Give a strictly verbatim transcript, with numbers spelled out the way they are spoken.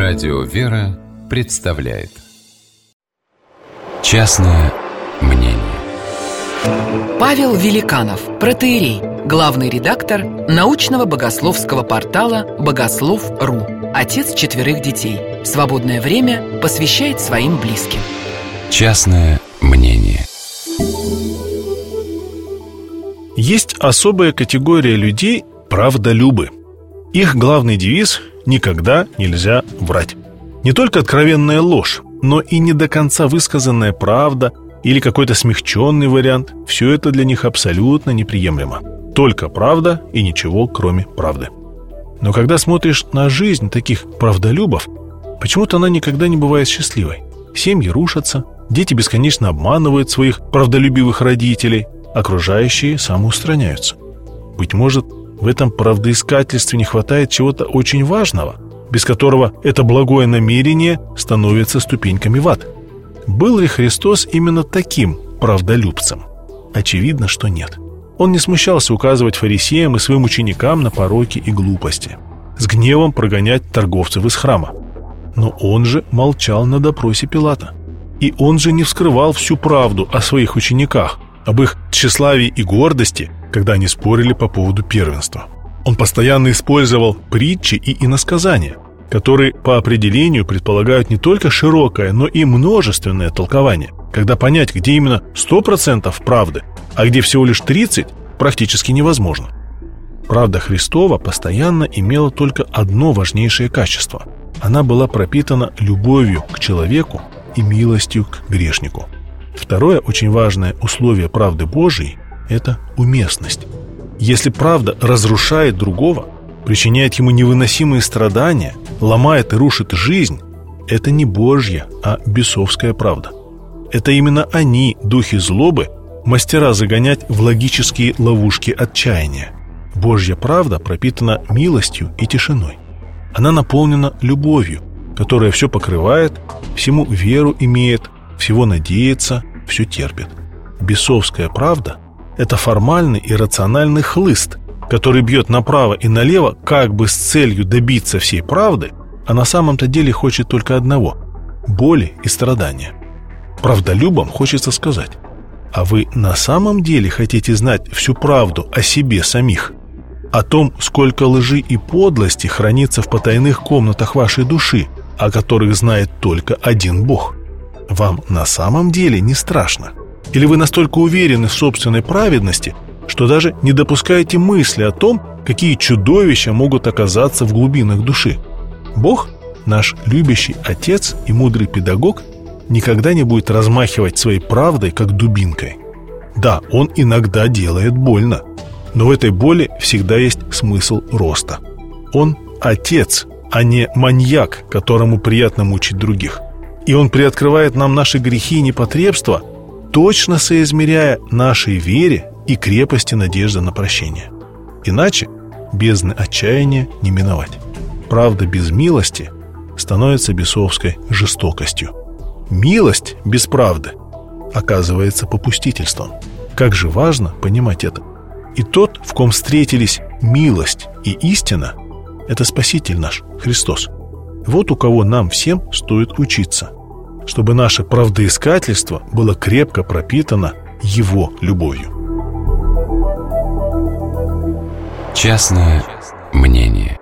Радио «Вера» представляет «Частное мнение». Павел Великанов, протоиерей, главный редактор научного богословского портала «Богослов точка ру», отец четверых детей. Свободное время посвящает своим близким. Частное мнение. Есть особая категория людей – правдолюбы. Их главный девиз – никогда нельзя врать. Не только откровенная ложь, но и не до конца высказанная правда или какой-то смягченный вариант – все это для них абсолютно неприемлемо. Только правда и ничего, кроме правды. Но когда смотришь на жизнь таких правдолюбов, почему-то она никогда не бывает счастливой. Семьи рушатся, дети бесконечно обманывают своих правдолюбивых родителей, окружающие самоустраняются. Быть может, в этом правдоискательстве не хватает чего-то очень важного, без которого это благое намерение становится ступеньками в ад. Был ли Христос именно таким правдолюбцем? Очевидно, что нет. Он не смущался указывать фарисеям и своим ученикам на пороки и глупости, с гневом прогонять торговцев из храма. Но он же молчал на допросе Пилата. И он же не вскрывал всю правду о своих учениках, об их тщеславии и гордости, когда они спорили по поводу первенства. Он постоянно использовал притчи и иносказания, которые по определению предполагают не только широкое, но и множественное толкование, когда понять, где именно сто процентов правды, а где всего лишь тридцать процентов, практически невозможно. Правда Христова постоянно имела только одно важнейшее качество. Она была пропитана любовью к человеку и милостью к грешнику. Второе очень важное условие правды Божией – это уместность. Если правда разрушает другого, причиняет ему невыносимые страдания, ломает и рушит жизнь, это не Божья, а бесовская правда. Это именно они, духи злобы, мастера загонять в логические ловушки отчаяния. Божья правда пропитана милостью и тишиной. Она наполнена любовью, которая все покрывает, всему веру имеет, всего надеется, все терпит. Бесовская правда – это формальный и рациональный хлыст, который бьет направо и налево как бы с целью добиться всей правды, а на самом-то деле хочет только одного – боли и страдания. Правдолюбам хочется сказать: а вы на самом деле хотите знать всю правду о себе самих? О том, сколько лжи и подлости хранится в потайных комнатах вашей души, о которых знает только один Бог? Вам на самом деле не страшно? Или вы настолько уверены в собственной праведности, что даже не допускаете мысли о том, какие чудовища могут оказаться в глубинах души? Бог, наш любящий Отец и мудрый педагог, никогда не будет размахивать своей правдой, как дубинкой. Да, Он иногда делает больно, но в этой боли всегда есть смысл роста. Он Отец, а не маньяк, которому приятно мучить других. И Он приоткрывает нам наши грехи и непотребства, точно соизмеряя нашей вере и крепости надежды на прощение. Иначе бездны отчаяния не миновать. Правда без милости становится бесовской жестокостью. Милость без правды оказывается попустительством. Как же важно понимать это. И тот, в ком встретились милость и истина, это Спаситель наш, Христос. Вот у кого нам всем стоит учиться, чтобы наше правдоискательство было крепко пропитано Его любовью. Частное мнение.